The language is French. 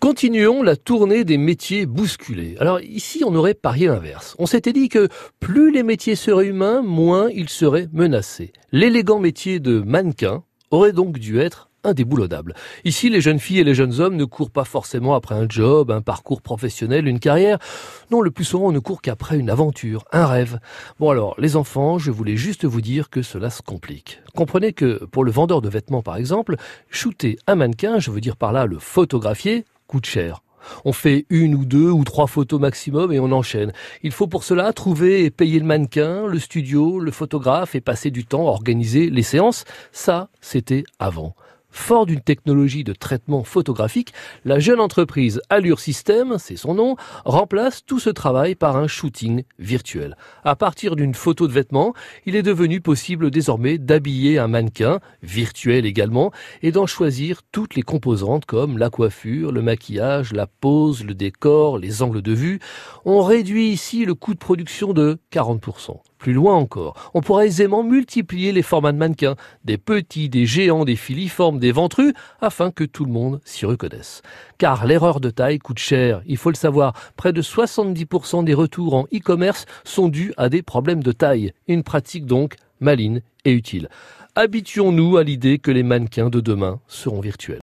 Continuons la tournée des métiers bousculés. Alors ici, on aurait parié l'inverse. On s'était dit que plus les métiers seraient humains, moins ils seraient menacés. L'élégant métier de mannequin aurait donc dû être indéboulonnable. Ici, les jeunes filles et les jeunes hommes ne courent pas forcément après un job, un parcours professionnel, une carrière. Non, le plus souvent, on ne court qu'après une aventure, un rêve. Bon alors, les enfants, je voulais juste vous dire que cela se complique. Comprenez que pour le vendeur de vêtements, par exemple, shooter un mannequin, je veux dire par là le photographier, coûte cher. On fait 1 ou 2 ou 3 photos maximum et on enchaîne. Il faut pour cela trouver et payer le mannequin, le studio, le photographe et passer du temps à organiser les séances. Ça, c'était avant. Fort d'une technologie de traitement photographique, la jeune entreprise Allure System, c'est son nom, remplace tout ce travail par un shooting virtuel. À partir d'une photo de vêtements, il est devenu possible désormais d'habiller un mannequin, virtuel également, et d'en choisir toutes les composantes comme la coiffure, le maquillage, la pose, le décor, les angles de vue. On réduit ici le coût de production de 40%. Plus loin encore, on pourra aisément multiplier les formats de mannequins, des petits, des géants, des filiformes, des ventrus, afin que tout le monde s'y reconnaisse. Car l'erreur de taille coûte cher, il faut le savoir. Près de 70% des retours en e-commerce sont dus à des problèmes de taille. Une pratique donc maligne et utile. Habituons-nous à l'idée que les mannequins de demain seront virtuels.